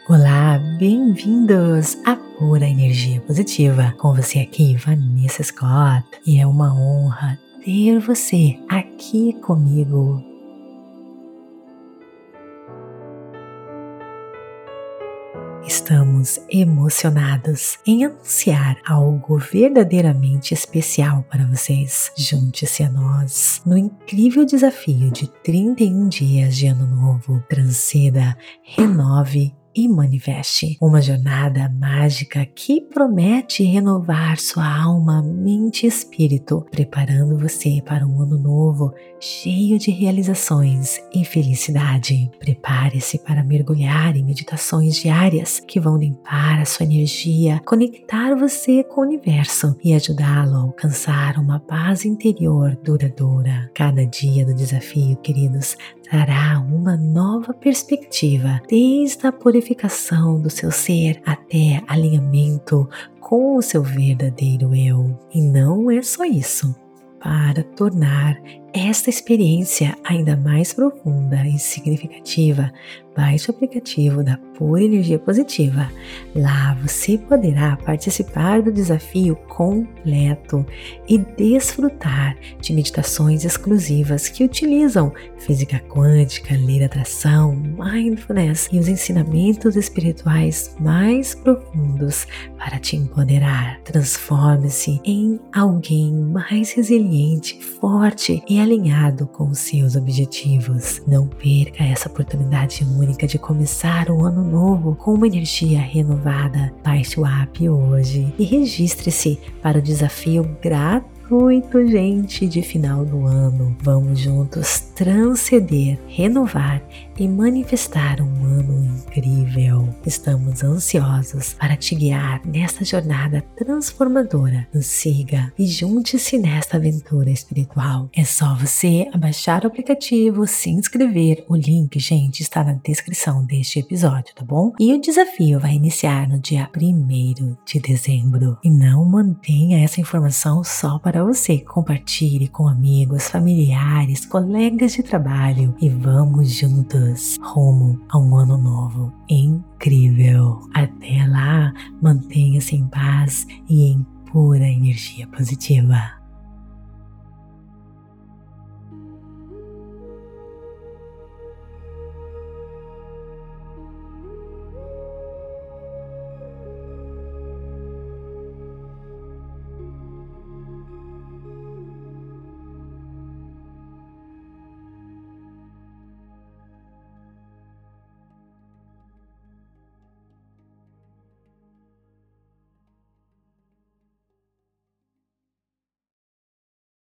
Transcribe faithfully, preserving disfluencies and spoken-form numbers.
Olá, bem-vindos à Pura Energia Positiva. Com você aqui, Vanessa Scott, e é uma honra ter você aqui comigo. Estamos emocionados em anunciar algo verdadeiramente especial para vocês. Junte-se a nós no incrível desafio de trinta e um dias de Ano Novo. Transcenda, renove e manifeste. Uma jornada mágica que promete renovar sua alma, mente e espírito, preparando você para um ano novo cheio de realizações e felicidade. Prepare-se para mergulhar em meditações diárias que vão limpar a sua energia, conectar você com o universo e ajudá-lo a alcançar uma paz interior duradoura. Cada dia do desafio, queridos, trará uma nova perspectiva, desde a purificação do seu ser até alinhamento com o seu verdadeiro eu. E não é só isso. Para tornar esta experiência ainda mais profunda e significativa, baixe o aplicativo da Pura Energia Positiva. Lá você poderá participar do desafio completo e desfrutar de meditações exclusivas que utilizam física quântica, lei da atração, mindfulness e os ensinamentos espirituais mais profundos para te empoderar. Transforme-se em alguém mais resiliente, forte e alinhado com os seus objetivos. Não perca essa oportunidade única de começar um ano novo com uma energia renovada. Baixe o app hoje e registre-se para o desafio gratuito, gente, de final do ano. Vamos juntos transcender, renovar e manifestar um ano incrível. Estamos ansiosos para te guiar nesta jornada transformadora. Nos siga e junte-se nesta aventura espiritual. É só você abaixar o aplicativo, se inscrever. O link, gente, está na descrição deste episódio, tá bom? E o desafio vai iniciar no dia primeiro de dezembro. E não mantenha essa informação só para você. Compartilhe com amigos, familiares, colegas de trabalho e vamos juntos rumo a um ano novo incrível. Até lá, mantenha-se em paz e em pura energia positiva.